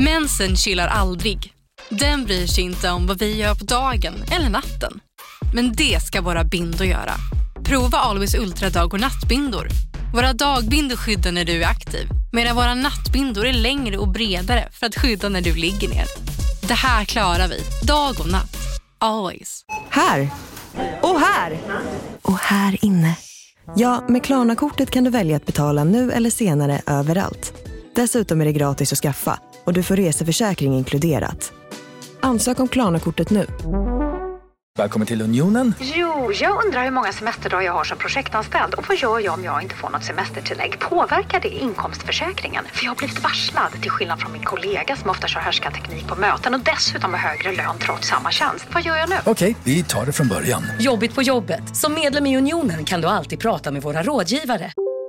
Mensen chillar aldrig. Den bryr sig inte om vad vi gör på dagen eller natten. Men det ska våra bindor göra. Prova Always Ultra dag- och nattbindor. Våra dagbindor skyddar när du är aktiv, medan våra nattbindor är längre och bredare för att skydda när du ligger ner. Det här klarar vi, dag och natt. Always. Här! Och här! Och här inne. Ja, med Klarna-kortet kan du välja att betala nu eller senare överallt. Dessutom är det gratis att skaffa och du får reseförsäkring inkluderat. Ansök om Klarna-kortet nu. Välkommen till Unionen. Jo, jag undrar hur många semesterdagar jag har som projektanställd. Och vad gör jag om jag inte får något semestertillägg? Påverkar det inkomstförsäkringen? För jag har blivit varslad, till skillnad från min kollega som ofta kör härskarteknik på möten och dessutom har högre lön trots samma tjänst. Vad gör jag nu? Okej, vi tar det från början. Jobbigt på jobbet. Som medlem i Unionen kan du alltid prata med våra rådgivare.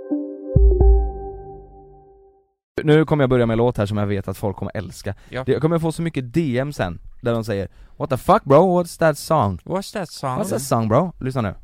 Nu kommer jag börja med en låt här som jag vet att folk kommer älska. Ja. Jag kommer få så mycket DM sen där de säger "What the fuck bro, what's that song?" What's that song? What's that song bro? Lyssna nu.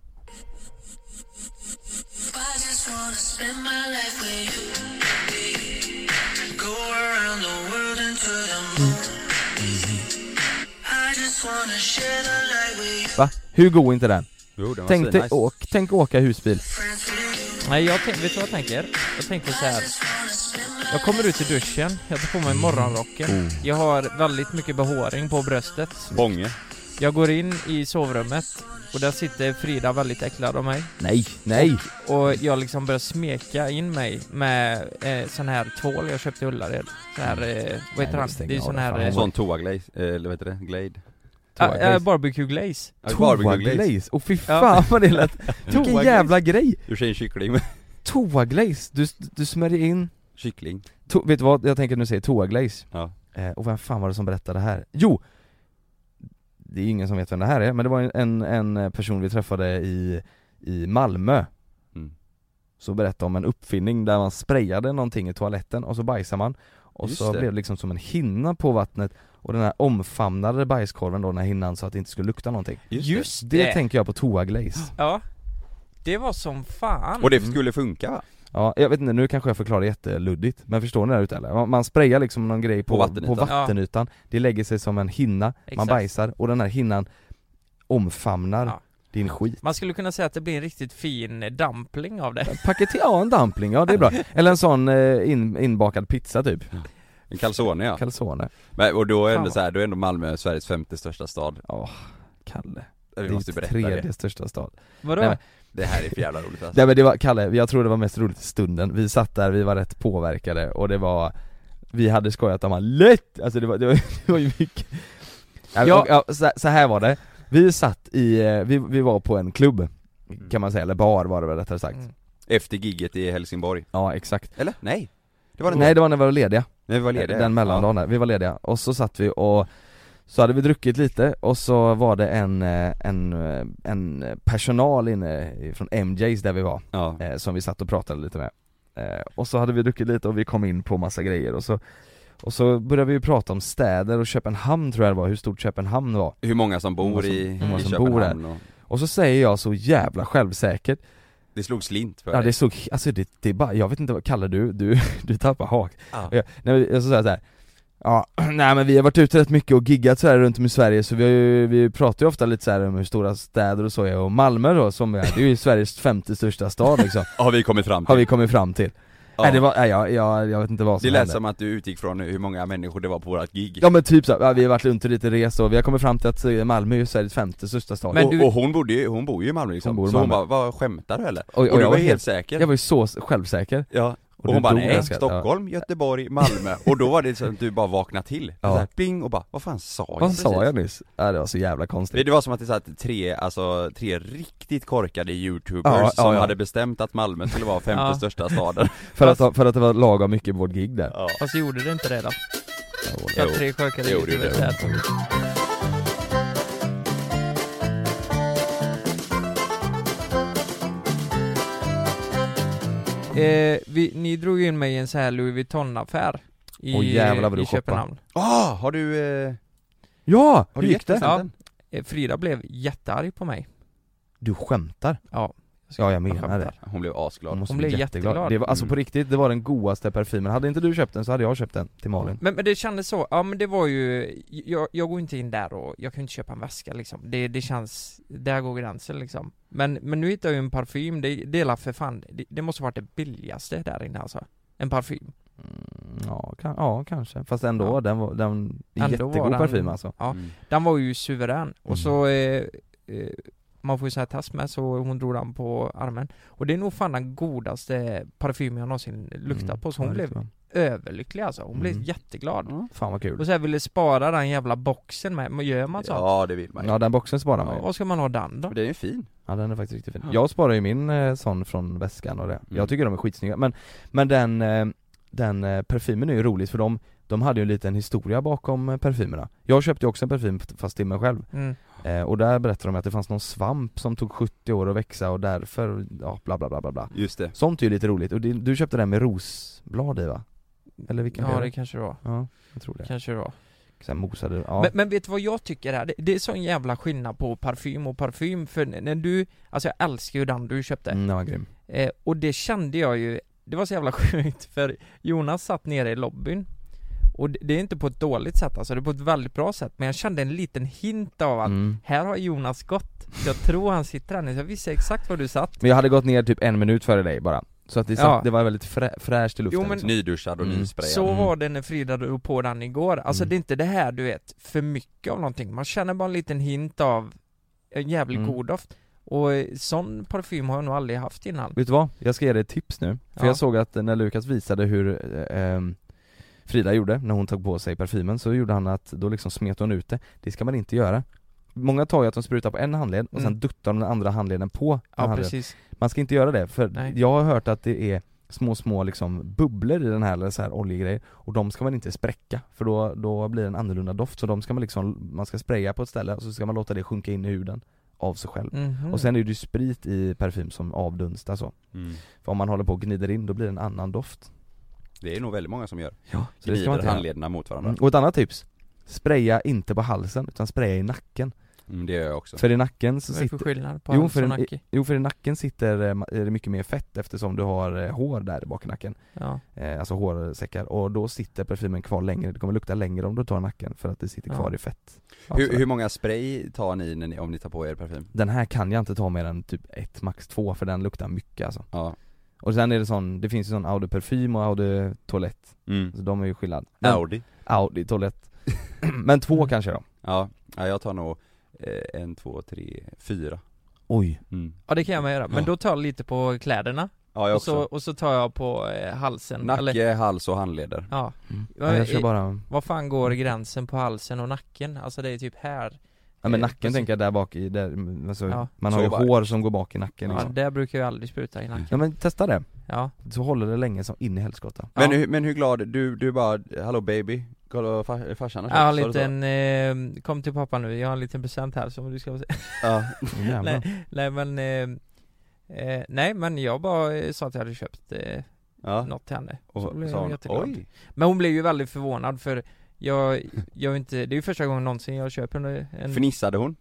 Va? Hur går inte den? Jo, den var Tänk dig nice. tänk åka husbil. Nej, vet du vad jag tänker? Jag tänker så här. Jag kommer ut i duschen, jag tar på mig morgonrocken. Jag har väldigt mycket behåring på bröstet. Bånge. Jag går in i sovrummet och där sitter Frida väldigt äcklad av mig. Nej. Och jag liksom börjar smeka in mig med sån här tvål jag köpte i Ullared. Så här, vad heter han? Det är sån här... Sån toaglaze, eller vad heter det? Glade. Barbecue glaze. Toaglaze? Och fy fan vad det lät. Vilken jävla grej. Du ser en kyckling med Toaglaze, du smörjer in kyckling. vet du vad jag tänker nu säger? Toaglaze. Ja. Och vem fan var det som berättade det här? Jo, det är ingen som vet vem det här är, men det var en person vi träffade i Malmö. Så berättade om en uppfinning där man sprayade någonting i toaletten och så bajsar man. Och Just så det. blev det liksom som en hinna på vattnet. Och den här omfamnade bajskorven då, den här hinnan, så att det inte skulle lukta någonting. Just det tänker jag på toaglaze. Ja, det var som fan. Och det skulle funka, va? Ja, jag vet inte, nu kanske jag förklarar jätteluddigt, men förstår ni det där ute eller? Man sprayar liksom någon grej på vattenytan. Det lägger sig som en hinna. Exakt. Man bajsar och den här hinnan omfamnar din skit. Man skulle kunna säga att det blir en riktigt fin dumpling av det. En dumpling, ja det är bra. Eller en sån inbakad pizza typ. En calzone, ja. Calzone. Men, och då är ändå så här, då är ändå Malmö Sveriges 5:e största stad. Kalle. Vi Det måste är berätta tredje det. största stad. Vadå? Nej, men, det här är för jävla roligt alltså. Nej men det var, Kalle, jag tror det var mest roligt i stunden. Vi satt där, vi var rätt påverkade och det var, vi hade skojat om han lätt. Alltså det var ju mycket. Så här var det. Vi satt vi var på en klubb kan man säga, eller bar var det väl rättare sagt. Efter gigget i Helsingborg. Ja, exakt. Eller? Nej. Det var när vi var lediga. När vi var lediga. Den mellandagen där, vi var lediga. Och så satt vi och så hade vi druckit lite och så var det en personal inne från MJs där vi var, som vi satt och pratade lite med. Och så hade vi druckit lite och vi kom in på massa grejer och så började vi ju prata om städer och Köpenhamn tror jag det var, hur stort Köpenhamn var. Hur många som bor i Köpenhamn. Och så säger jag så jävla självsäkert. Det slog slint för dig. Ja, det såg, alltså det bara, jag vet inte vad kallar du tappar hak. Jag så säger så här. Ja, nej men vi har varit ute rätt mycket och giggat så här runt om i Sverige, så vi pratar ju ofta lite så här om hur stora städer och så är, och Malmö då som är, det är ju Sveriges 5:e största stad liksom. Har vi kommit fram till. Ja. Nej, det var, jag vet inte vad som hände. Det lät hände. som att du utgick från hur många människor det var på vårt gig. Ja men typ så, vi har varit runt och lite resa och vi har kommit fram till att Malmö är Sveriges 5:e största stad. Men och hon bor ju i Malmö liksom. Så hon bara, vad skämtar du eller? Och du var helt säker. Jag var ju så självsäker. Ja. Och hon bara, nej, Stockholm, Göteborg, Malmö. Och då var det så att du bara vaknade till. Så här, ping, och bara, vad fan sa jag? Vad sa jag nyss? Ja, det var så jävla konstigt. Det var som att det satt tre riktigt korkade YouTubers som hade bestämt att Malmö skulle vara 5:e största staden. för att det var lagom mycket på vårt gig där. Ja. Fast gjorde det inte det då? Jo, tre korkade YouTubers. Ni drog ju in mig i en så här Louis Vuitton-affär i Köpenhamn. Har du... Ja, hur gick det? Ja, Frida blev jättearg på mig. Du skämtar? Ja, Ja, jag menar det. Hon blev asglad. Hon blev jätteglad. Det var, alltså på riktigt, det var den godaste parfymen. Hade inte du köpt den så hade jag köpt den till Malin. Men det kändes så, ja men det var ju, jag går inte in där och jag kan inte köpa en väska liksom. Det känns, där går gränsen liksom. Men nu hittar jag ju en parfym, det är för fan, det måste varit det billigaste där inne alltså. En parfym. Ja, kanske. Fast ändå, den är jättegod parfym alltså. Ja, den var ju suverän. Och så man får ju säga tass med, så hon drog den på armen. Och det är nog fan den godaste parfymen jag någonsin luktat på. Så hon blev överlycklig alltså. Hon blev jätteglad. Fan vad kul. Och så här ville spara den jävla boxen med. Gör man så? Ja, det vill man. Ja, den boxen sparar man ju. Vad ska man ha den då? Det är ju fin. Ja, den är faktiskt riktigt fin. Jag sparar ju min sån från väskan och det. Jag tycker de är skitsnygga. Men den parfymen är ju roligt för de hade ju en liten historia bakom parfymerna. Jag köpte ju också en parfym fast till mig själv. Och där berättade de att det fanns någon svamp som tog 70 år att växa och därför, bla bla bla bla bla. Just det. Sånt är ju lite roligt. Och du köpte den med rosblad i, va? Eller vilken? Ja, det kanske det var. Ja, jag tror det. Kanske det var. Sen mosade, ja. Men vet du vad jag tycker här? Det är sån jävla skillnad på parfym och parfym. För när du, alltså jag älskar ju den du köpte. Den var grym. Och det kände jag ju, det var så jävla sjukt. För Jonas satt nere i lobbyn. Och det är inte på ett dåligt sätt, alltså det är på ett väldigt bra sätt. Men jag kände en liten hint av att här har Jonas gått. Jag tror han sitter här nu, så jag visste exakt var du satt. Men jag hade gått ner typ 1 minut före dig bara. Så att det var väldigt fräscht i luften. Jo, men nyduschad och nysprayad. Så var det när Frida drog på den igår. Alltså det är inte det här, du vet, för mycket av någonting. Man känner bara en liten hint av en jävligt god doft. Och sån parfym har jag nog aldrig haft innan. Vet du vad? Jag ska ge dig ett tips nu. För jag såg att när Lukas visade hur Frida gjorde när hon tog på sig parfymen, så gjorde han att då liksom smet hon ut det. Det ska man inte göra. Många tar ju att de sprutar på en handled och sen duttar de den andra handleden på precis. Man ska inte göra det, för jag har hört att det är små liksom bubblor i den här, eller så här oljegrejer, och de ska man inte spräcka, för då blir det en annorlunda doft. Så de ska man ska spraya på ett ställe och så ska man låta det sjunka in i huden av sig själv. Och sen är det ju sprit i parfym som avdunstar så. För om man håller på och gnider in, då blir det en annan doft. Det är nog väldigt många som gör. Ja, så gnider handlederna mot varandra. Och ett annannat tips: spraya inte på halsen utan spraya i nacken. Det gör jag också. För i nacken så sitter skillnad på hals och nacke. För i nacken är det mycket mer fett eftersom du har hår där bak i nacken. Ja. Alltså hårsäckar, och då sitter parfymen kvar längre. Det kommer lukta längre om du tar nacken för att det sitter kvar i fett. Hur många spray tar ni om ni tar på er parfym? Den här kan jag inte ta mer än typ 1, max 2, för den luktar mycket alltså. Ja. Och sen är det finns ju sån Audi parfym och Audi toalett. Så de är ju skillnad. Audi toalett. Men 2 kanske då. Ja, jag tar nog 1, 2, 3, 4. Oj. Ja, det kan jag med göra. Men då tar jag lite på kläderna. Ja, jag också. Och så tar jag på halsen. Nacke, hals och handleder. Ja. Jag ska bara... Vad fan går gränsen på halsen och nacken? Alltså det är typ här. Ja, men nacken tänker jag där bak i där, alltså, man har ju hår som går bak i nacken. Ja, där brukar jag aldrig spruta i nacken. Ja, men testa det. Ja. Så håller det länge som in i helskotta. Men hur glad, du bara, hello baby, kolla farsan har köpt. Jag har en liten, kom till pappa nu, jag har en liten present här som du ska få se. Ja. nej men jag bara sa att jag hade köpt något till henne. Och så blev hon, jätteglad. oj. Men hon blev ju väldigt förvånad för jag inte, det är ju första gången någonsin jag köper en... Fnissade hon?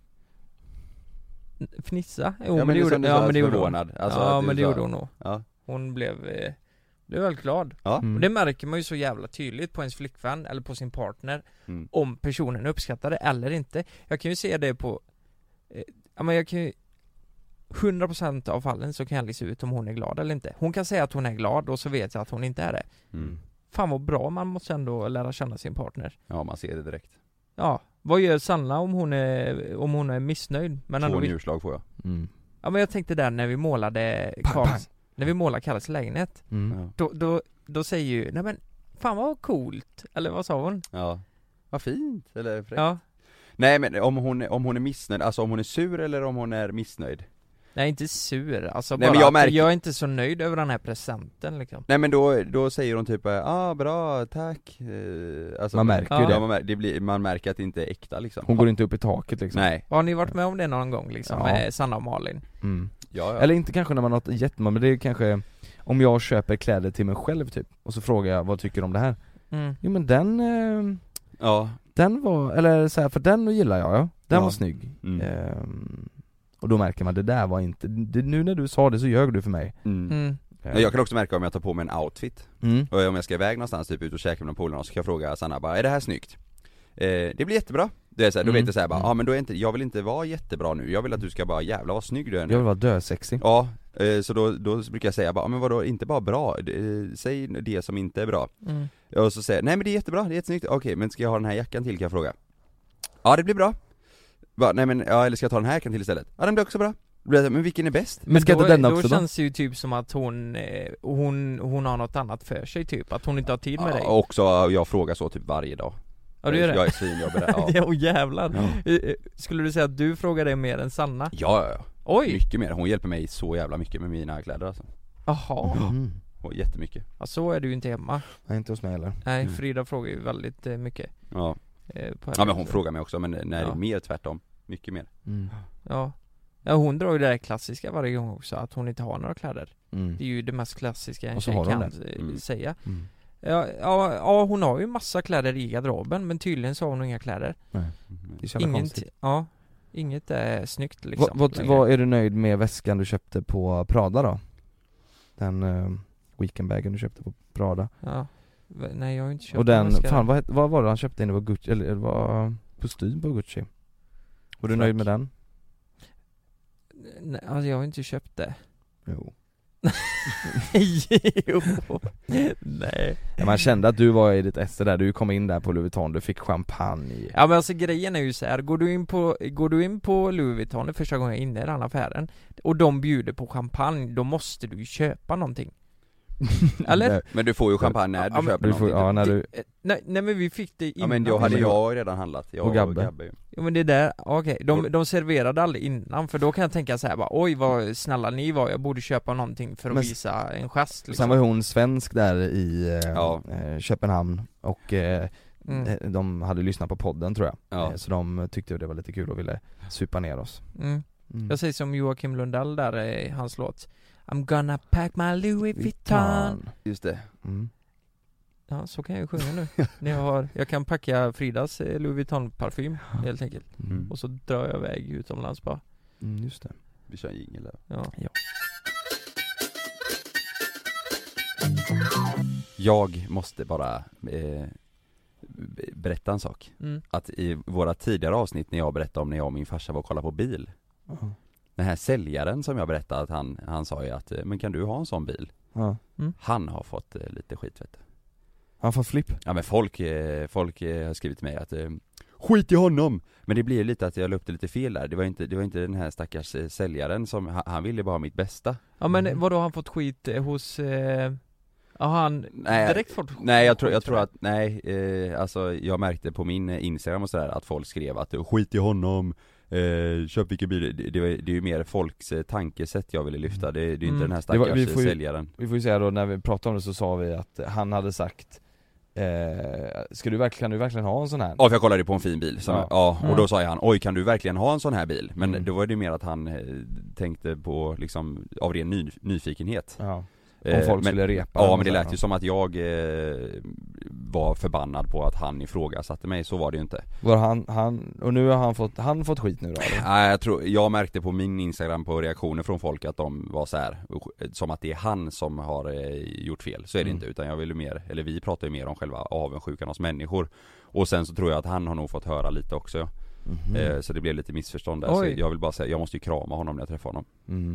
Fnissa? Jo, men det gjorde hon. Ja, men det gjorde hon. Alltså, ja, men det gjorde hon nog. Ja. Hon blev väldigt glad. Ja. Och det märker man ju så jävla tydligt på ens flickvän eller på sin partner om personen uppskattar det eller inte. Jag kan ju se det på men jag kan ju 100% av fallen så kan jag lista ut om hon är glad eller inte. Hon kan säga att hon är glad och så vet jag att hon inte är det. Fan vad bra, man måste ändå lära känna sin partner. Ja, man ser det direkt. Ja, vad gör Sanna om hon är missnöjd? Men 2 njurslag får jag. Ja, men jag tänkte där när vi målade när vi målade Kalles lägenhet. Då säger ju, nej men fan vad coolt, eller vad sa hon? Ja, vad fint, eller fräckt. Ja. Nej, men om hon är missnöjd, alltså om hon är sur eller om hon är missnöjd? Nej, inte sur, alltså nej, bara men jag är inte så nöjd över den här presenten liksom. Nej, men då säger hon typ bra, tack. Alltså, man märker ju det. Man märker att det inte är äkta liksom. Hon går inte upp i taket liksom. Nej. Har ni varit med om det någon gång liksom med Sanna och Malin? Ja. Eller inte kanske när man har något jättemål, men det är kanske om jag köper kläder till mig själv typ, och så frågar jag vad tycker du om det här? Jo, men den var, eller så här, för den gillar jag, den var snygg. Och då märker man, det där var inte, nu när du sa det så ljög du för mig. Jag kan också märka om jag tar på mig en outfit och om jag ska iväg någonstans, typ ut och käka med någon polarna, så kan jag fråga Sanna bara, är det här snyggt? Det blir jättebra. Det är så här, då vet jag så här bara, men då är inte, jag vill inte vara jättebra nu. Jag vill att du ska bara jävla vara snygg du är nu. Jag vill vara dösexig. Ja, så då brukar jag säga bara, men vadå, inte bara bra, säg det som inte är bra. Och så säger nej men det är jättebra, det är jättesnyggt. Okej, men ska jag ha den här jackan till, kan jag fråga? Ja, det blir bra. Bara, nej men, eller ska jag ta den här jackan till istället? Ja, den blir också bra. Men vilken är bäst? Men ska inte den också då? Känns det ju typ som att hon har något annat för sig typ, att hon inte har tid med dig. Också, jag frågar så typ varje dag. Ja, du gör det? Jag är svinjobbig där. Ja. Jävlar. Skulle du säga att du frågar det mer än Sanna? Ja. Oj. Mycket mer. Hon hjälper mig så jävla mycket med mina kläder alltså. Jaha. Och jättemycket. Ja, så är du ju inte hemma. Nej, inte hos mig heller. Nej, Frida frågar ju väldigt mycket. Ja. Ja, men hon frågar mig också, men när det är mer tvärtom. Mycket mer. Ja, hon drar ju det där klassiska varje gång också, att hon inte har några kläder. Det är ju det mest klassiska en tjej kan säga. Ja, hon har ju massa kläder i garderoben, men tydligen så har hon inga kläder. Det är konstigt. Ja, inget är snyggt liksom. Vad är du nöjd med väskan du köpte på Prada då? Den weekendbagen du köpte på Prada. Ja. Nej, jag har inte köpt. Och den, fan vad var det han köpte inne på Gucci, eller det var kostym på Gucci? Var du nöjd med den? Nej, alltså jag har inte köpt det. Jo. Jo. Nej. Ja, man kände att du var i ditt esse där. Du kom in där på Louis Vuitton, du fick champagne. Ja, men alltså grejen är ju så här, går du in på Louis Vuitton det första gången inne i den affären och de bjuder på champagne, då måste du ju köpa någonting. Eller? Men du får ju champagne när du köper någonting. Ja, när du... Nej, men vi fick det innan. Ja, men jag redan handlat. Jag och Gabbe. Jo, men det där, okej. De serverade aldrig innan, för då kan jag tänka så här bara, oj vad snälla ni var, jag borde köpa någonting för att visa en gest liksom. Sen var hon svensk där i Köpenhamn och de hade lyssnat på podden tror jag. Så de tyckte det var lite kul och ville supa ner oss. Jag säger som Joakim Lundell där i hans låt, I'm gonna pack my Louis Vuitton. Just det. Ja, så kan jag ju sjunga nu. Jag kan packa Fridas Louis Vuitton parfym helt enkelt. Och så drar jag iväg utomlands bara. Just det. Vi kör jingel där. Ja. Jag måste bara berätta en sak. Att i våra tidigare avsnitt när jag berättade om när jag och min farsa var och kollade på bil. Den här säljaren som jag berättade att han sa ju att, men kan du ha en sån bil? Han har fått lite skit, vet du. Han får flipp. Ja, men folk har skrivit till mig att skit i honom. Men det blir lite att jag la upp det lite fel där. Det var inte den här stackars säljaren som han ville bara mitt bästa. Ja, men vadå, har han fått skit hos han direkt fått skit? Nej, jag tror att alltså jag märkte på min Instagram och sådär att folk skrev att skit i honom. Köp vilken bil. Det är ju mer folks tankesätt jag ville lyfta. Det är inte den här stackars säljaren. Vi får ju säga då, när vi pratade om det så sa vi att han hade sagt kan du verkligen ha en sån här? Ja, för jag kollade på en fin bil och då sa han, oj kan du verkligen ha en sån här bil? Men då var det mer att han tänkte på liksom av ren nyfikenhet. Ja. Om folk skulle repa. Ja, men det lät ju som att jag var förbannad på att han ifrågasatte mig. Så var det ju inte. Var han och nu har han fått skit nu då? Nej, jag märkte på min Instagram på reaktioner från folk att de var så här, som att det är han som har gjort fel. Så är det inte, utan jag vill mer, eller vi pratar ju mer om själva avundsjukan hos människor. Och sen så tror jag att han har nog fått höra lite också. Så det blev lite missförstånd där. Så jag vill bara säga, jag måste ju krama honom när jag träffar honom.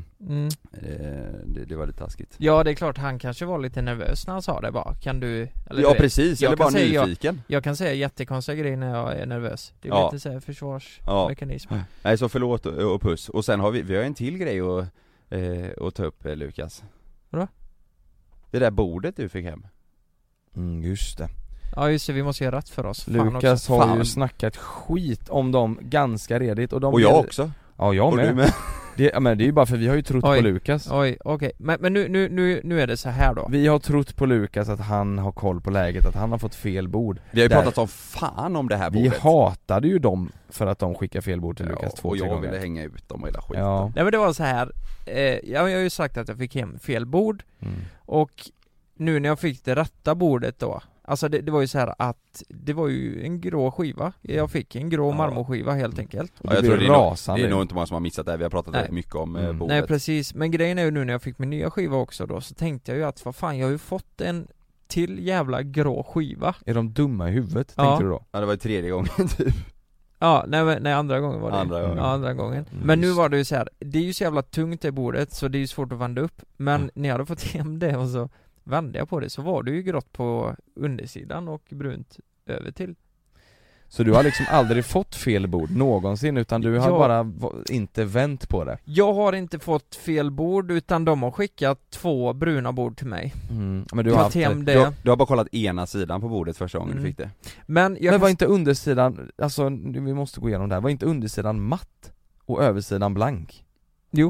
Det var lite taskigt. Ja, det är klart, han kanske var lite nervös när han sa det bara. Kan du, eller ja, precis, eller bara nyfiken. Jag kan säga jättekonstiga grejer när jag är nervös. Det är lite så här försvarsmekanism. Nej, så förlåt och puss. Och sen har vi har en till grej att ta upp, Lukas. Vadå? Det där bordet du fick hem. Just det. Ja, just det, vi måste göra rätt för oss. Lukas har ju snackat skit om dem ganska redigt. Och jag också. Ja, jag med. med. Men det är ju bara för vi har ju trott på Lukas. Okej. Men nu är det så här då. Vi har trott på Lukas att han har koll på läget, att han har fått fel bord. Vi har ju pratat om fan om det här bordet. Vi hatade ju dem för att de skickade fel bord till Lukas 2-3 gånger. Och jag ville hänga ut dem och hela skiten. Ja. Nej, men det var så här. Jag har ju sagt att jag fick hem fel bord. Och nu när jag fick det rätta bordet då, Alltså det var ju så här att det var ju en grå skiva. Jag fick en grå marmorskiva helt enkelt. Ja, jag tror det är nog inte många som har missat det. Vi har pratat väldigt mycket om bordet. Nej, precis. Men grejen är ju nu när jag fick min nya skiva också då, så tänkte jag ju att vad fan, jag har ju fått en till jävla grå skiva. Är de dumma i huvudet, tänkte du då? Ja, det var ju 3:e gången typ. Ja, nej, andra gången var det. Andra gången. Men nu var det ju så här, det är ju så jävla tungt i bordet så det är ju svårt att vända upp. Men när jag hade fått hem det och så vände jag på det, så var det ju grått på undersidan och brunt över till. Så du har liksom aldrig fått fel bord någonsin, utan du har bara inte vänt på det? Jag har inte fått fel bord, utan de har skickat 2 bruna bord till mig. Men du har hem det. Du har bara kollat ena sidan på bordet första gången du fick det. Men var inte undersidan, alltså vi måste gå igenom det här, var inte undersidan matt och översidan blank? Jo.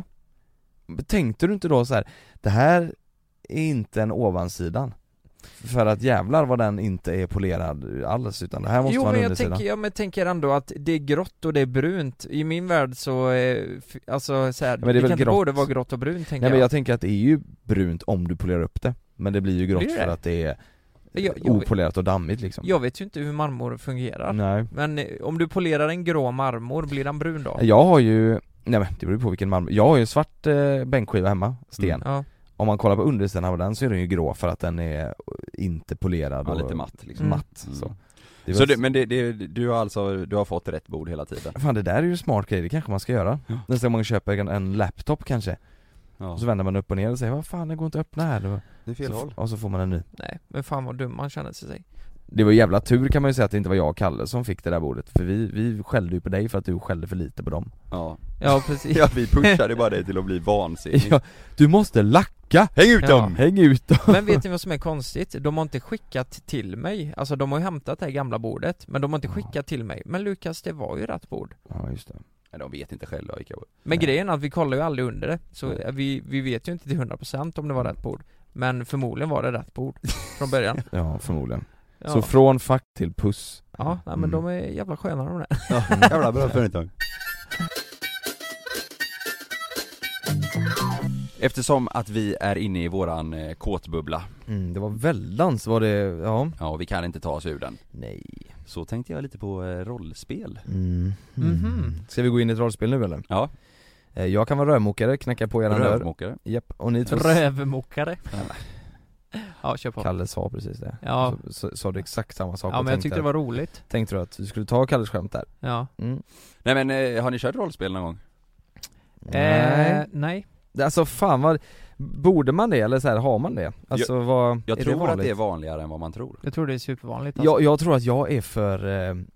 Tänkte du inte då så här, det här är inte en ovansidan? För att jävlar vad den inte är polerad alls, utan det här måste vara en undersida. Men jag tänker ändå att det är grått och det är brunt. I min värld så alltså så här, men det kan inte både vara grått och brunt, tänker jag. Men jag tänker att det är ju brunt om du polerar upp det. Men det blir ju grått för att det är opolerat och dammigt liksom. Jag vet ju inte hur marmor fungerar. Nej. Men om du polerar en grå marmor, blir den brun då? Jag har ju, nej men det beror på vilken marmor. Jag har ju en svart bänkskiva hemma, sten. Ja. Om man kollar på undersidan av den så är den ju grå för att den är inte polerad och lite matt liksom. Matt, så. Men du har fått rätt bord hela tiden. Fan, det där är ju smart grej, det kanske man ska göra. Nästa gång man köper en laptop kanske. Och så vänder man upp och ner och säger, vad fan, det går inte att öppna här. Det är fel håll. Och så får man en ny. Nej, men fan vad dum man känner sig. Det var jävla tur kan man ju säga att det inte var jag och Kalle som fick det där bordet. För vi skällde ju på dig för att du skällde för lite på dem. Ja, precis. Ja, vi pushade bara dig till att bli vansinnig. Ja, du måste lacka! Häng ut dem! Häng ut dem! Men vet ni vad som är konstigt? De har inte skickat till mig. Alltså de har ju hämtat det här gamla bordet, men de har inte skickat till mig. Men Lukas, det var ju rätt bord. Ja, just det. Men de vet inte själva vilka. Men grejen är att vi kollar ju aldrig under det. Så vi vet ju inte till 100% om det var rätt bord. Men förmodligen var det rätt bord från början. Ja, förmodligen. Ja. Så från fack till puss. Ja, nej, men de är jävla sköna de där. Ja, jävla bra företag. Eftersom att vi är inne i våran kåtbubbla. Det var väldans, var det, ja. Ja, vi kan inte ta oss ur den. Nej. Så tänkte jag lite på rollspel. Ska vi gå in i ett rollspel nu eller? Ja. Jag kan vara rövmokare, knacka på eran dörr. Rövmokare? Japp, och ni två... Rövmokare? Ja, kör på. Kalle sa precis det. Ja. Så sa du exakt samma sak. Ja, men jag tyckte det var roligt. Tänkte du att vi skulle ta Kalles skämt där? Ja. Nej men, har ni kört rollspel någon gång? Nej. Alltså fan vad, borde man det eller så här, har man det? Alltså jag tror att det är vanligare än vad man tror. Jag tror det är supervanligt alltså. Jag tror att jag är för,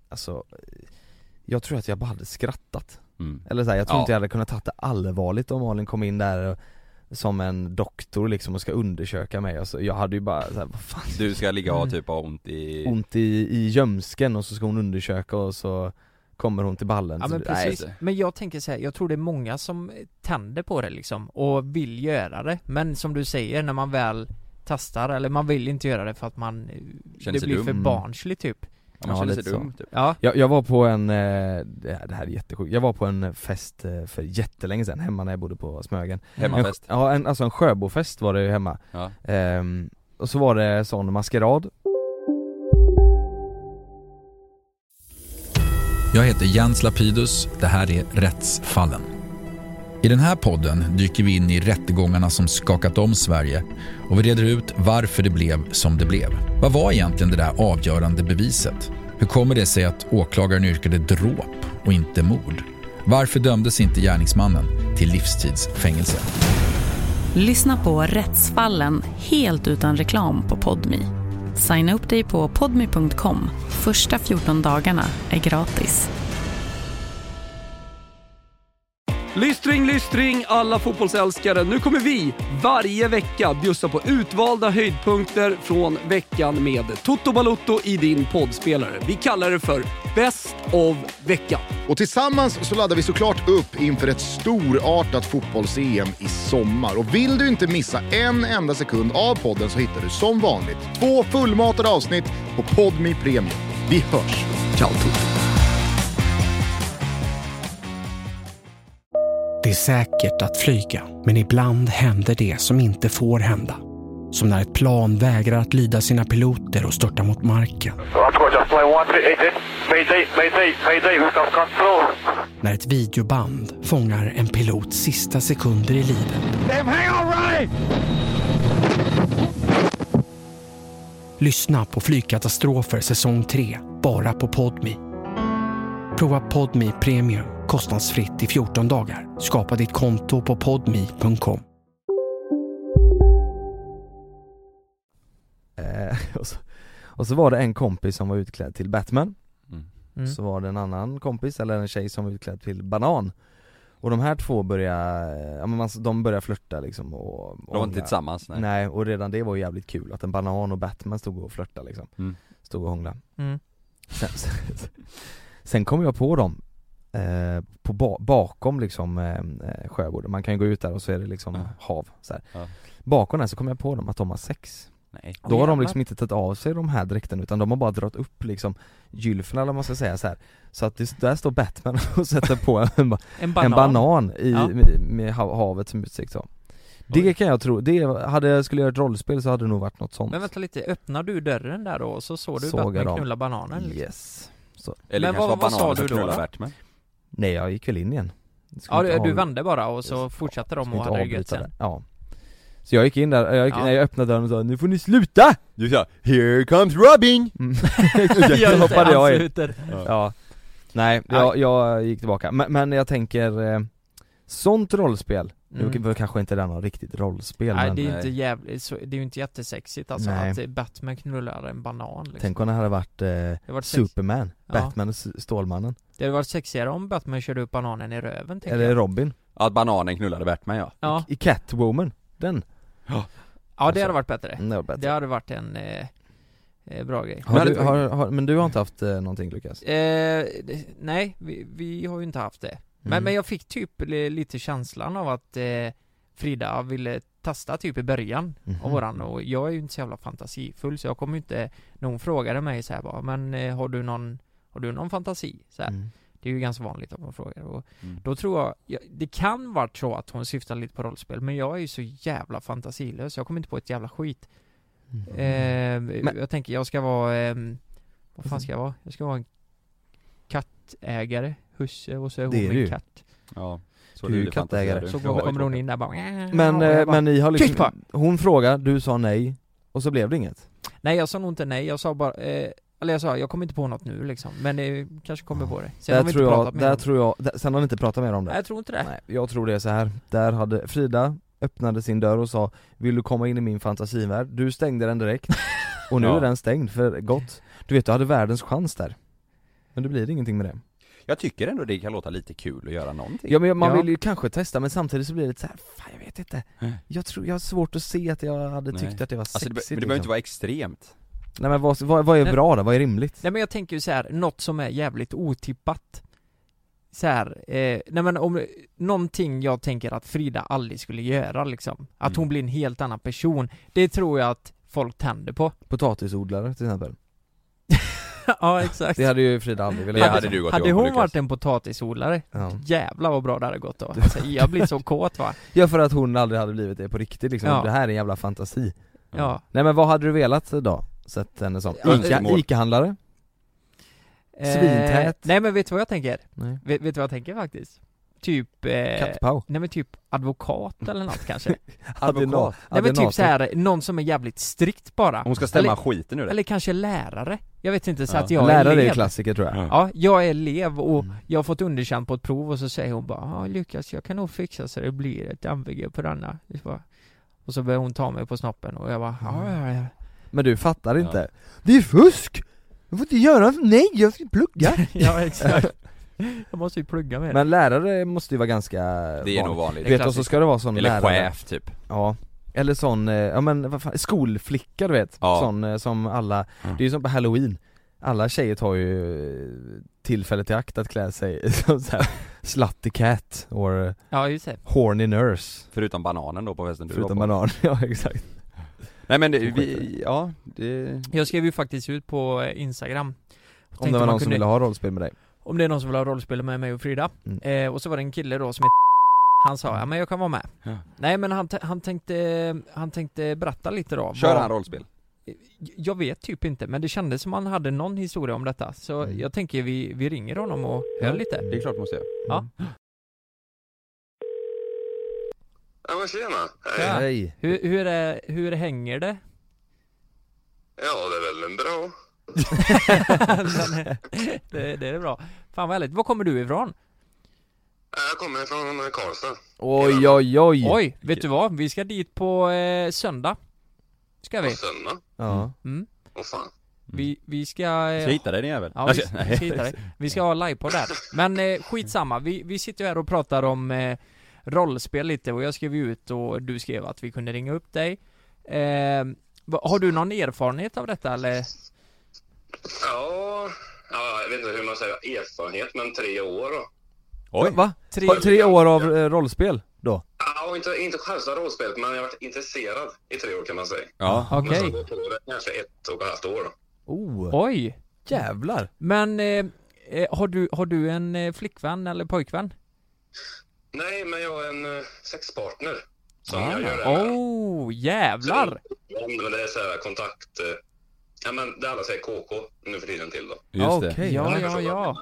jag tror att jag bara hade skrattat. Eller så här, jag tror inte jag hade kunnat ta det allvarligt om Malin kom in där som en doktor liksom och ska undersöka mig. Alltså, jag hade ju bara så här, vad fan. Du ska ligga och typ ha ont i gömsken och så ska hon undersöka och så kommer hon till ballen. Ja, men precis. Men jag tänker så här, jag tror det är många som tänder på det liksom och vill göra det. Men som du säger, när man väl testar, eller man vill inte göra det för att man det blir för barnsligt typ. Ja, man känner sig dum typ. Ja. Jag var på en, det här är jättesjukt. Jag var på en fest för jättelänge sedan hemma när jag bodde på Smögen. Hemmafest? En Sjöbofest var det ju hemma. Ja. Och så var det sån maskerad. Jag heter Jens Lapidus, det här är Rättsfallen. I den här podden dyker vi in i rättegångarna som skakat om Sverige och vi reder ut varför det blev som det blev. Vad var egentligen det där avgörande beviset? Hur kommer det sig att åklagaren yrkade dråp och inte mord? Varför dömdes inte gärningsmannen till livstidsfängelse? Lyssna på Rättsfallen helt utan reklam på Podmi. Signa upp dig på podmi.com. Första 14 dagarna är gratis. Lystring alla fotbollsälskare. Nu kommer vi varje vecka bjussa på utvalda höjdpunkter från veckan med Toto Balotto i din poddspelare. Vi kallar det för Best of veckan. Och tillsammans så laddar vi såklart upp inför ett storartat fotbolls-EM i sommar. Och vill du inte missa en enda sekund av podden så hittar du som vanligt 2 fullmatade avsnitt på Podmi Premium. Vi hörs. Ciao Toto. Det är säkert att flyga, men ibland händer det som inte får hända. som när ett plan vägrar att lyda sina piloter och störtar mot marken. När ett videoband fångar en pilots sista sekunder i livet. Lyssna på Flygkatastrofer säsong 3, bara på Podme. Prova Podme Premium kostnadsfritt i 14 dagar. Skapa ditt konto på podme.com. Och så var det en kompis som var utklädd till Batman. Så var det en annan kompis eller en tjej som var utklädd till banan. Och de här två började flirta liksom och de var inte tillsammans? Nej, och redan det var ju jävligt kul att en banan och Batman stod och flirta liksom. Stod och hångla. Sen kom jag på dem bakom liksom sjöbordet. Man kan ju gå ut där och så är det liksom hav så här. Bakom där så kom jag på dem att de har sex. Nej. Då har de liksom inte tagit av sig de här dräkterna, utan de har bara dragit upp liksom gylfen, eller vad man ska säga så här. Så att där står Batman och sätter på en banan med havet som utsikt så. Det kan jag tro, skulle jag göra ett rollspel så hade det nog varit något sånt. Men vänta lite, öppnar du dörren där då och så såg du Batman knulla bananen liksom? Yes. Så. Eller men vad sa du då? Batman? Nej, jag gick väl in igen. Ja, du vände bara och så fortsatte de och hade gött sen. Ja. Så jag gick in där, när jag öppnade dörren och sa, nu får ni sluta! Du sa, here comes Robin! Jag hoppade jag in. Ja. Nej, jag gick tillbaka. Men jag tänker, sånt rollspel, nu kanske inte det är något riktigt rollspel. Nej, men det är inte jävligt, det är ju inte jättesexigt alltså att Batman knullar en banan liksom. Tänk om det hade varit, Superman, Batman och Stålmannen. Det hade varit sexigare om Batman körde upp bananen i röven, tänker eller Robin. Ja, att bananen knullade Batman, ja. I Catwoman, den. Ja, det hade varit bättre. Det hade varit en bra grej. Men du har inte haft någonting, Lukas? Nej, vi har ju inte haft det. Men jag fick typ lite känslan av att Frida ville testa typ i början av våran, och jag är ju inte så jävla fantasifull, så jag kommer inte, när hon frågade mig så här bara, men har du någon fantasi så här. Det är ju ganska vanligt att man frågar, och då tror jag det kan vara så att hon syftar lite på rollspel, men jag är ju så jävla fantasilös, jag kommer inte på ett jävla skit. Jag tänker jag ska vara vad fan ska jag vara? Jag ska vara en kattägare, husse, och så är hon en katt. Ja. Så du är kattägare. Så kommer hon in där bara. Men ni har liksom, hon frågade, du sa nej, och så blev det inget. Nej, jag sa nog inte nej, jag sa bara eller jag sa, jag kommer inte på något nu liksom, men det kanske kommer på det. Sen sen har ni inte pratat mer om det. Nej, jag tror inte det. Nej, jag tror det är så här. Där hade Frida öppnade sin dörr och sa, vill du komma in i min fantasivärld? Du stängde den direkt. Och nu är den stängd för gott. Du vet, du hade världens chans där. Men det blir ingenting med det. Jag tycker ändå det kan låta lite kul att göra någonting. Ja, men man vill ju kanske testa, men samtidigt så blir det så här, fan jag vet inte. Jag har svårt att se att jag hade tyckt att det var sexigt. Alltså det behöver inte vara extremt. Nej, men vad är bra då? Vad är rimligt? Nej, men jag tänker ju så här, något som är jävligt otippat. Så här, nej men om någonting jag tänker att Frida aldrig skulle göra liksom, att hon blir en helt annan person, det tror jag att folk tänder på. Potatisodlare till exempel. Ja, exakt. Det hade ju Frida aldrig velat. Hade hon varit en potatisodlare, jävlar vad bra det hade gått då. Alltså, jag blir så kåt, va? Ja, för att hon aldrig hade blivit det på riktigt liksom. Det här är en jävla fantasi. Ja. Nej, men vad hade du velat då? Sett henne som Ica-handlare? Svintät? Nej, men vet du vad jag tänker? Vet du vad jag tänker faktiskt? Typ Kattpau? Nej, men typ advokat eller något kanske. Advokat? Nej, men typ så här, någon som är jävligt strikt bara. Hon ska stämma skiten nu. Eller kanske lärare. Jag vet inte, så att jag lärare är elev. Är klassiker, tror jag. Ja, jag är elev och jag har fått underkänt på ett prov, och så säger hon bara, ja Lukas, jag kan nog fixa så det blir ett MVG på denna. Och så börjar hon ta mig på snoppen och jag bara, ja. Men du fattar inte. Det är fusk! Jag får inte göra, nej, jag ska plugga. Ja, exakt. Jag måste ju plugga med. Men lärare måste ju vara ganska det är nog vanligt. Vet, och så ska det vara sån eller lärare. Eller chef typ. Ja. Eller sån, ja men vad fan, skolflicka du vet. Sån som alla, det är ju som på Halloween. Alla tjejer tar ju tillfället till akt att klä sig som så här slutty cat or just det. Horny nurse. Förutom bananen då på festen du förutom banan, ja exakt. Nej men jag skrev ju faktiskt ut på Instagram. Om det var någon som ville ha rollspel med dig. Om det är någon som vill ha rollspel med mig och Frida. Och så var det en kille då som Han sa, ja men jag kan vara med. Nej men han tänkte berätta lite då. Kör han rollspel? Jag vet typ inte, men det kändes som han hade någon historia om detta. Så jag tänker vi ringer honom och hör lite. Det är klart måste jag. Ja. Ja men tjena. Hej. Hur hänger det? Ja, det är väl bra. det är bra. Fan vad härligt. Var kommer du ifrån? Jag kommer från Karlstad. Oj. Vet du vad? Vi ska dit på söndag. Ska vi? På söndag? Ja. Åh fan. Vi ska... Ska hitta dig din jävel? Ja, vi ska hitta dig. Vi ska ha livepodd där. Men skitsamma. Vi sitter ju här och pratar om rollspel lite. Och jag skrev ut och du skrev att vi kunde ringa upp dig. Har du någon erfarenhet av detta eller? Ja, jag vet inte hur man säger erfarenhet, men 3 år då. Oj. Va? 3 år av rollspel då? Ja, inte själva rollspelet, men jag har varit intresserad i 3 år kan man säga. Ja, okej. Kanske 1,5 år då. Oj. Jävlar. Men har du en flickvän eller pojkvän? Nej, men jag är en sexpartner som jag gör det med. Jävlar. Men det är så här kontakt. Ja, men det alla säger KK nu för tiden till då. Just det. Okej. Ja.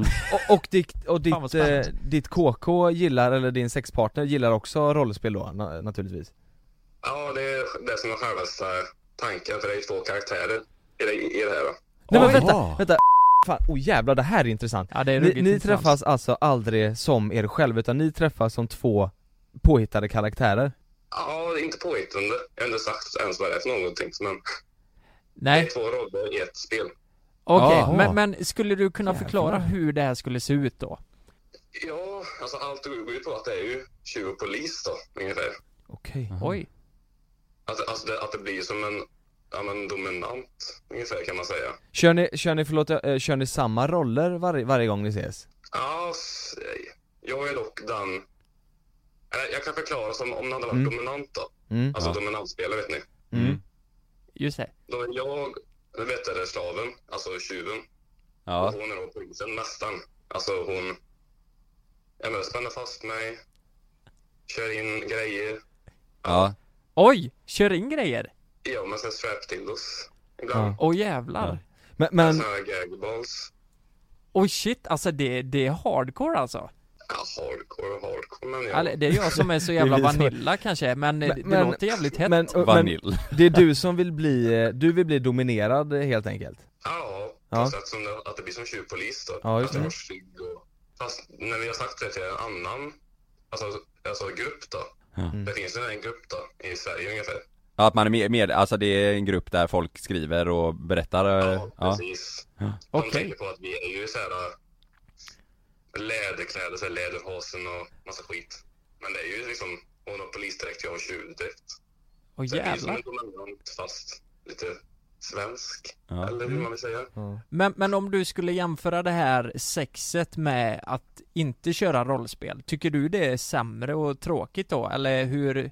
Och ditt KK gillar, eller din sexpartner gillar också rollspel då, naturligtvis. Ja, det är det som är själva tanken, för det är 2 karaktärer i det här då. Nej men vänta. Fan, jävlar, det här är intressant. Ja, det är ni träffas alltså aldrig som er själv, utan ni träffas som 2 påhittade karaktärer? Ja, inte påhittande. Jag har inte sagt ens vad det är för någonting, men nej. Det är 2 roller i ett spel. Okej, men skulle du kunna förklara hur det här skulle se ut då? Ja, alltså allt går ut på att det är ju tjuv och polis då, ungefär. Okej. Oj. Att det blir som en dominant, ungefär kan man säga. Kör ni samma roller varje gång ni ses? Ja, jag är dock den... Jag kan förklara som om det hade varit dominant då. Alltså dominantspelare, vet ni. Just det. Då är jag, vet du, slaven, alltså tjuven. Ja. Och hon är då polisen, mästaren. Alltså hon spänner fast mig, kör in grejer. Ja. Oj, kör in grejer? Ja, men sen strap till oss ibland. Åh jävlar. Men såna här gagballs. Oj shit, alltså det är hardcore alltså. Ja, hardcore, men ja. Det är jag som är så jävla vanilla kanske, men det låter jävligt hett. Men det är du som vill bli dominerad helt enkelt. Ja. Som att det blir som tjuvpolis då. Ja, just det. Fast när vi har sagt det till en annan alltså grupp då. Det finns en grupp då i Sverige ungefär. Ja, att man är med, alltså det är en grupp där folk skriver och berättar. Ja, precis. Ja. De tänker på att vi är ju så här läderkläder, så här läderhasen och massa skit. Men det är ju liksom, hon har polisdräkt, jag har tjuvdräkt. Åh jävlar. Det är som en dominant fast lite svensk, eller hur man vill säga. Men om du skulle jämföra det här sexet med att inte köra rollspel, tycker du det är sämre och tråkigt då? Eller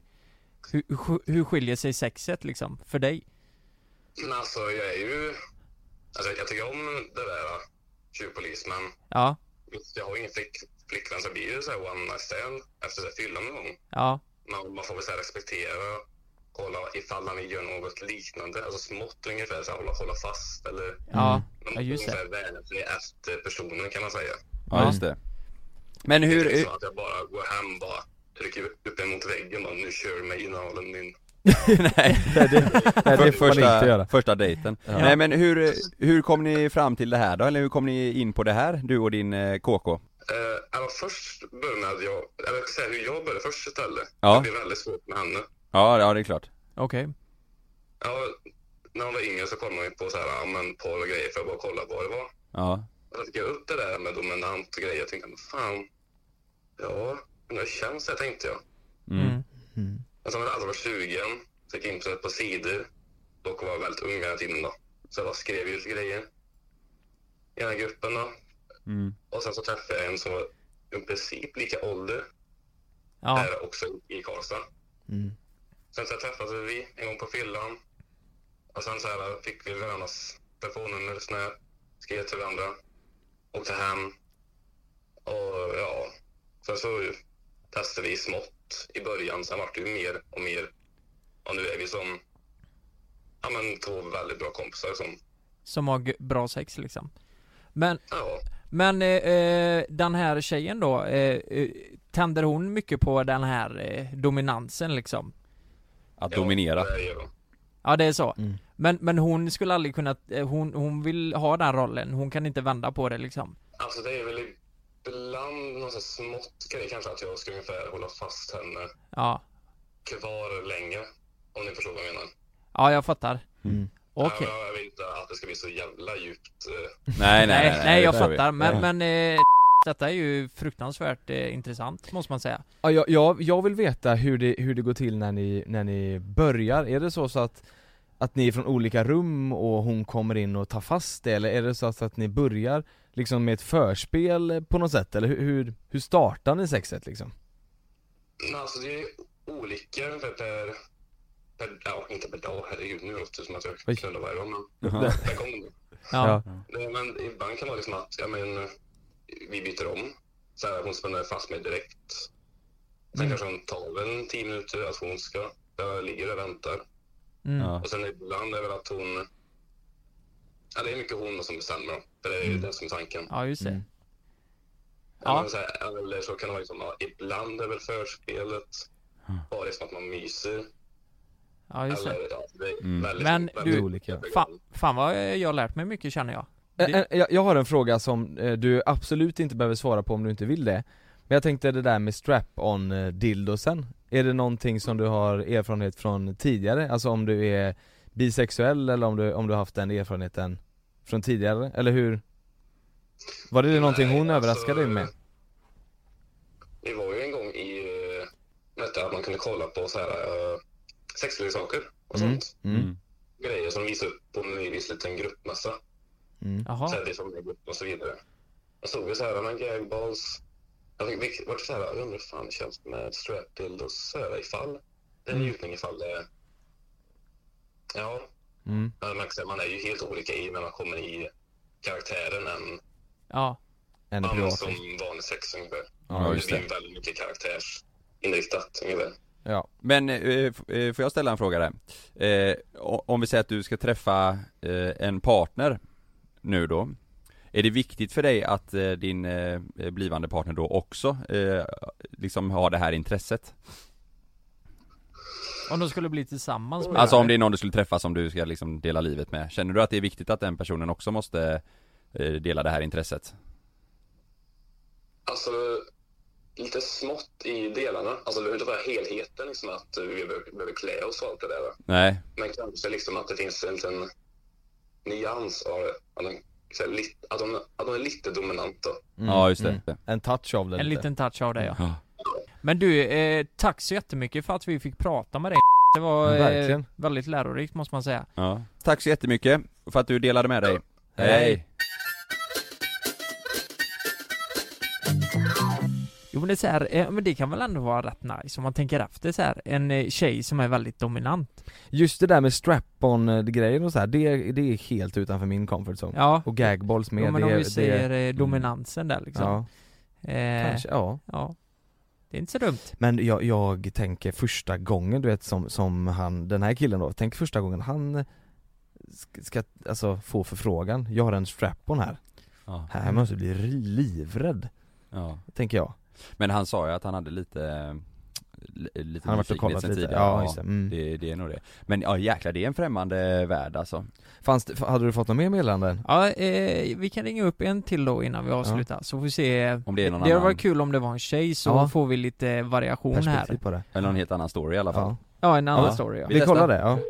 hur skiljer sig sexet liksom för dig? Men alltså jag tycker om det där tjuvpolis, men jag har ingen flickvän, så blir det så här one night stand efter att fylla någon gång. Ja. Man får väl så här respektera, kolla ifall man gör något liknande, alltså smått ungefär, så här, hålla fast eller just det. Vänlig efter personen kan man säga. Ja, just det. Men hur... Det är så att jag bara går hem, bara trycker upp en mot väggen och nu kör du mig innehållen din. Nej, det får man inte göra. Första dejten. Ja. Nej, men hur kom ni fram till det här då? Eller hur kom ni in på det här, du och din KK? Först började jag ska säga hur jag började först istället. Ja. Det blev väldigt svårt med henne. Ja, det är klart. Okej. Ja, när hon var yngre så kollade man ju på så här, porr och grejer för att bara kolla vad det var. Ja. Jag fick upp det där med dominant och grejer. Jag tänkte, fan, ja, det känns det, tänkte jag. Alltså när jag aldrig var 20, så gick jag in på sidor. Dock var jag väldigt ung hela tiden då. Så jag bara skrev ut grejer i den här gruppen då. Och sen så träffade jag en som var i princip lika ålder. Där också i Karlstad. Sen så träffades vi en gång på fyllan. Och sen så här fick vi varandras telefonnummer, skrev till varandra. Åkte hem. Och ja, sen så testade vi smått i början. Sen var det ju mer och mer. Och nu är vi som två väldigt bra kompisar som har bra sex liksom. Men ja. Men den här tjejen då, tänder hon mycket på den här dominansen liksom? Att dominera. Ja, det är så. Men hon skulle aldrig kunna, hon vill ha den rollen. Hon kan inte vända på det liksom. Alltså det är väl ibland någon sån smått grej kanske att jag ska ungefär hålla fast henne kvar länge. Om ni förstår vad jag menar. Ja, jag fattar. Okej. Jag vill inte att det ska bli så jävla djupt. Nej, jag fattar. Men detta är ju fruktansvärt intressant, måste man säga. Ja, jag vill veta hur det går till när ni börjar. Är det så att ni är från olika rum och hon kommer in och tar fast det? Eller är det så att ni börjar liksom med ett förspel på något sätt? Eller hur startar ni sexet liksom? Alltså det är olika inte per dag, herregud, nu låter det som att jag knullar varje dag, men per gång. Ja. Men ibland kan det vara liksom att vi byter om. Så här, hon spänner fast mig direkt. Sen kanske hon tar väl 10 minuter att hon ska. Jag ligger och väntar. Och sen ibland är väl att hon... Ja, det är mycket hon som bestämmer. För det är ju det som är tanken. Ja, just det. Ja. Eller så kan det vara liksom, ibland är väl förspelet bara det som att man myser. Ja, just det. Eller, det är väldigt, men väldigt du, olika. fan vad jag har lärt mig mycket, känner jag. Jag har en fråga som du absolut inte behöver svara på om du inte vill det. Men jag tänkte det där med strap-on dildosen. Är det någonting som du har erfarenhet från tidigare? Alltså om du är bisexuell eller om du har haft den erfarenheten från tidigare? Eller hur? Var det någonting hon överraskade dig med? Det var ju en gång i att man kunde kolla på så här sexleksaker och sånt. Grejer som visar upp på en viss liten gruppmassa. Så här, det som är grupp och så vidare. Jag såg ju så här med gagballs. Jag var så här, jag undrar fan det känns med strap dildos så här ifall det är en njutning ifall det är... Ja. Man är ju helt olika i när man kommer i karaktären än som vanlig sex ungefär. Ja, just det blir väldigt mycket karaktärsinriktat ungefär. Ja, men får jag ställa en fråga där? Om vi säger att du ska träffa en partner nu då, är det viktigt för dig att din blivande partner då också liksom har det här intresset? Om de skulle bli tillsammans med alltså om det är någon du skulle träffa som du ska liksom dela livet med, känner du att det är viktigt att den personen också måste dela det här intresset? Alltså lite smått i delarna. Alltså det behöver inte vara helheten liksom att vi behöver klä oss och allt det där. Nej. Men kanske liksom att det finns en liten nyans av att de är lite dominanta. Ja, just det. En touch av det. En liten touch av det, ja. Men du, tack så jättemycket för att vi fick prata med dig. Det var väldigt lärorikt, måste man säga. Ja. Tack så jättemycket för att du delade med dig. Hej. Jo, men det är så här, men det kan väl ändå vara rätt nice om man tänker efter så här, en tjej som är väldigt dominant. Just det där med strap-on-grejer och så här, det är helt utanför min comfort zone. Ja. Och gagballs med. Ja, men om vi ser dominansen där liksom. Ja. Kanske, ja. Det är inte så dumt. Men jag tänker första gången, du vet, som han, den här killen då, tänk första gången han ska alltså få förfrågan. Jag har en strap-on här. Ja. Här måste bli livrädd. Ja. Tänker jag. Men han sa ju att han hade lite han har varit och kollat lite. Ja, just det. Det är nog det. Men ja, jäklar, det är en främmande värld alltså. Hade du fått något mer meddelanden? Ja, vi kan ringa upp en till då innan vi avslutar. Så får vi se om det är någon det var kul om det var en tjej, så får vi lite variation perspektiv här på det. Eller någon helt annan story i alla fall. Ja, en annan story, ja. Vi kollar det, ja.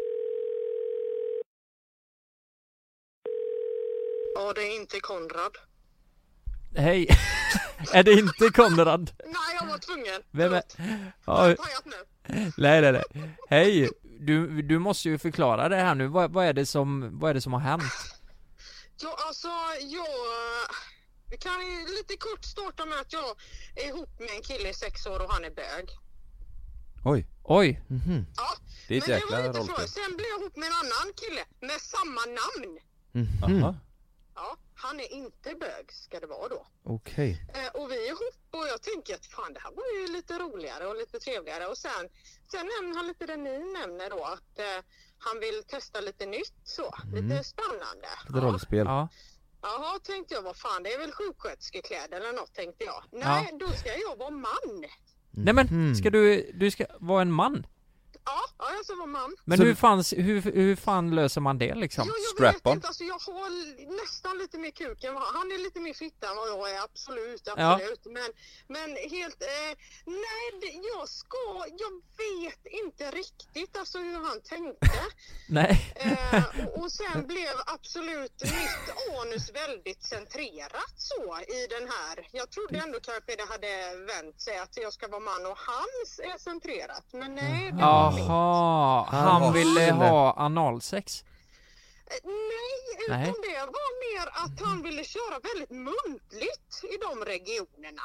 Ja, det är inte Konrad. Hej. Är det inte Konrad? Nej, jag var tvungen. Vem är? Ja. Nej. Hej. Du måste ju förklara det här nu. Vad är det som har hänt? Ja, alltså vi kan ju lite kort starta med att jag är ihop med en kille i 6 år och han är bög. Oj. Mm-hmm. Ja. Det är ett jäkla rollspel. Sen blev jag ihop med en annan kille med samma namn. Mm-hmm. Ja, han är inte bög ska det vara då. Okej. Och vi är ihop och jag tänker att fan det här var ju lite roligare och lite trevligare. Och sen nämner han lite det ni nämner då att han vill testa lite nytt så. Lite spännande. Lite rollspel. Ja. Jaha, tänkte jag, vad fan, det är väl sjuksköterskekläder eller något, tänkte jag. Nej, då ska jag vara man. Nej men, ska du ska vara en man? Ja, jag ska vara man. Men hur fan löser man det liksom? Jag vet inte, alltså jag har nästan lite mer kuk än han är lite mer fitta än vad jag är, absolut. Ja. Men helt, nej, jag vet inte riktigt alltså hur han tänkte. Nej. Och sen blev absolut mitt anus väldigt centrerat så i den här. Jag trodde ändå kanske det hade vänt sig att jag ska vara man och hans är centrerat. Men nej, det var Jaha, han ville ha analsex. Nej, utan det var mer att han ville köra väldigt muntligt i de regionerna.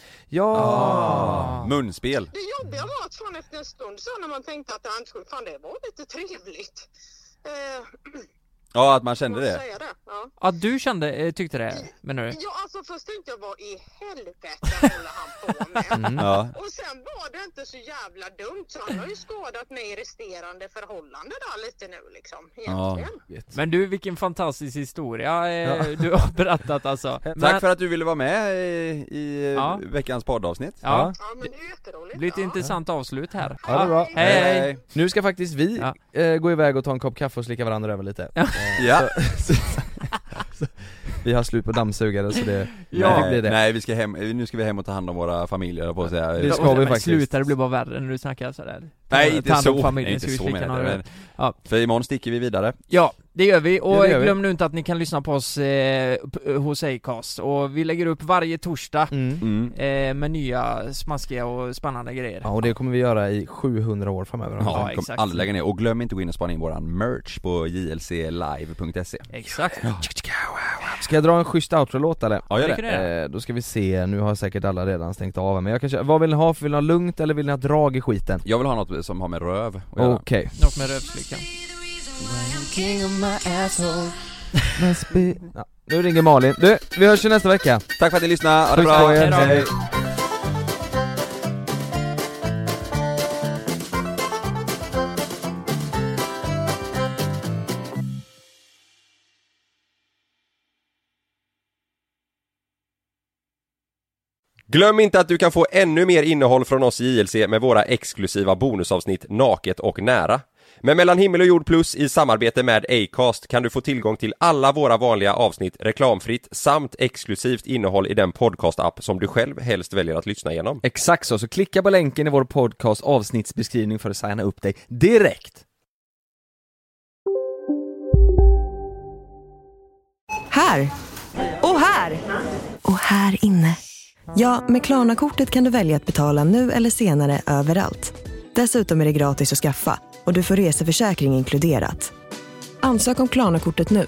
Ja, munspel. Det jobbiga var att fan efter en stund så när man tänkte att fan det var lite trevligt. Ja, att man kände det. Ja, du tyckte det, menar du? Ja, alltså först tänkte jag, vad i helvete håller han på med? Ja. Och sen var det inte så jävla dumt, så han har ju skadat mig i resterande förhållande där lite nu liksom, egentligen. Ja. Men du, vilken fantastisk historia du har berättat alltså. Tack för att du ville vara med i veckans poddavsnitt. Ja, men det är jätteroligt. Lite intressant avslut här. Ja, det är bra. Hej. Nu ska faktiskt vi gå iväg och ta en kopp kaffe och slicka varandra över lite. Ja. Så, vi har slut på dammsugare så det blir det. Nej, nu ska vi hem och ta hand om våra familjer på att säga. Det ska vi faktiskt. Sluta, det blir bara värre när du snackar sådär. Nej, inte så. Men för imorgon sticker vi vidare. Ja, det gör vi. Och glöm nu inte att ni kan lyssna på oss hos Acast. Och vi lägger upp varje torsdag med nya smaskiga och spännande grejer. Ja, och det kommer vi göra i 700 år framöver. Ja, exakt. Alla lägger ner. Och glöm inte att gå in och spana in våran merch på jlclive.se. Exakt. Ja. Ska jag dra en schysst outro-låt eller? Ja, gör det. Då ska vi se, nu har säkert alla redan stängt av. Men jag kanske, vad vill ni ha? Vill ni ha lugnt eller vill ni ha drag i skiten? Jag vill ha något som har med röv. Okej. Något med rövslickan. Ja, nu ringer Malin. Du, vi hörs ju nästa vecka. Tack för att ni lyssnade. Ha det bra. Hej. Glöm inte att du kan få ännu mer innehåll från oss i JLC med våra exklusiva bonusavsnitt Naket och nära. Men mellan himmel och jord plus i samarbete med Acast kan du få tillgång till alla våra vanliga avsnitt reklamfritt samt exklusivt innehåll i den podcast-app som du själv helst väljer att lyssna igenom. Exakt så klicka på länken i vår podcast avsnittsbeskrivning för att signa upp dig direkt. Här! Och här! Och här inne. Ja, med Klarna-kortet kan du välja att betala nu eller senare överallt. Dessutom är det gratis att skaffa och du får reseförsäkring inkluderat. Ansök om Klarna-kortet nu.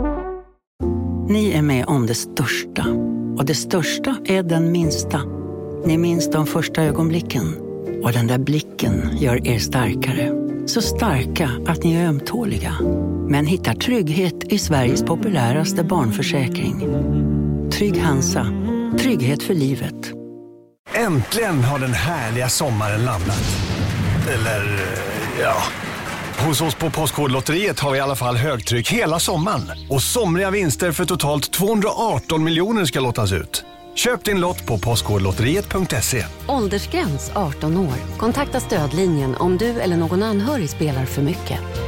Ni är med om det största. Och det största är den minsta. Ni minns de första ögonblicken. Och den där blicken gör er starkare. Så starka att ni är ömtåliga. Men hittar trygghet i Sveriges populäraste barnförsäkring. Trygg Hansa. Trygghet för livet. Äntligen har den härliga sommaren landat. Eller, ja. Hos oss på Postkodlotteriet har vi i alla fall högtryck hela sommaren. Och somriga vinster för totalt 218 miljoner ska lottas ut. Köp din lott på postkodlotteriet.se. Åldersgräns 18 år. Kontakta stödlinjen om du eller någon anhörig spelar för mycket.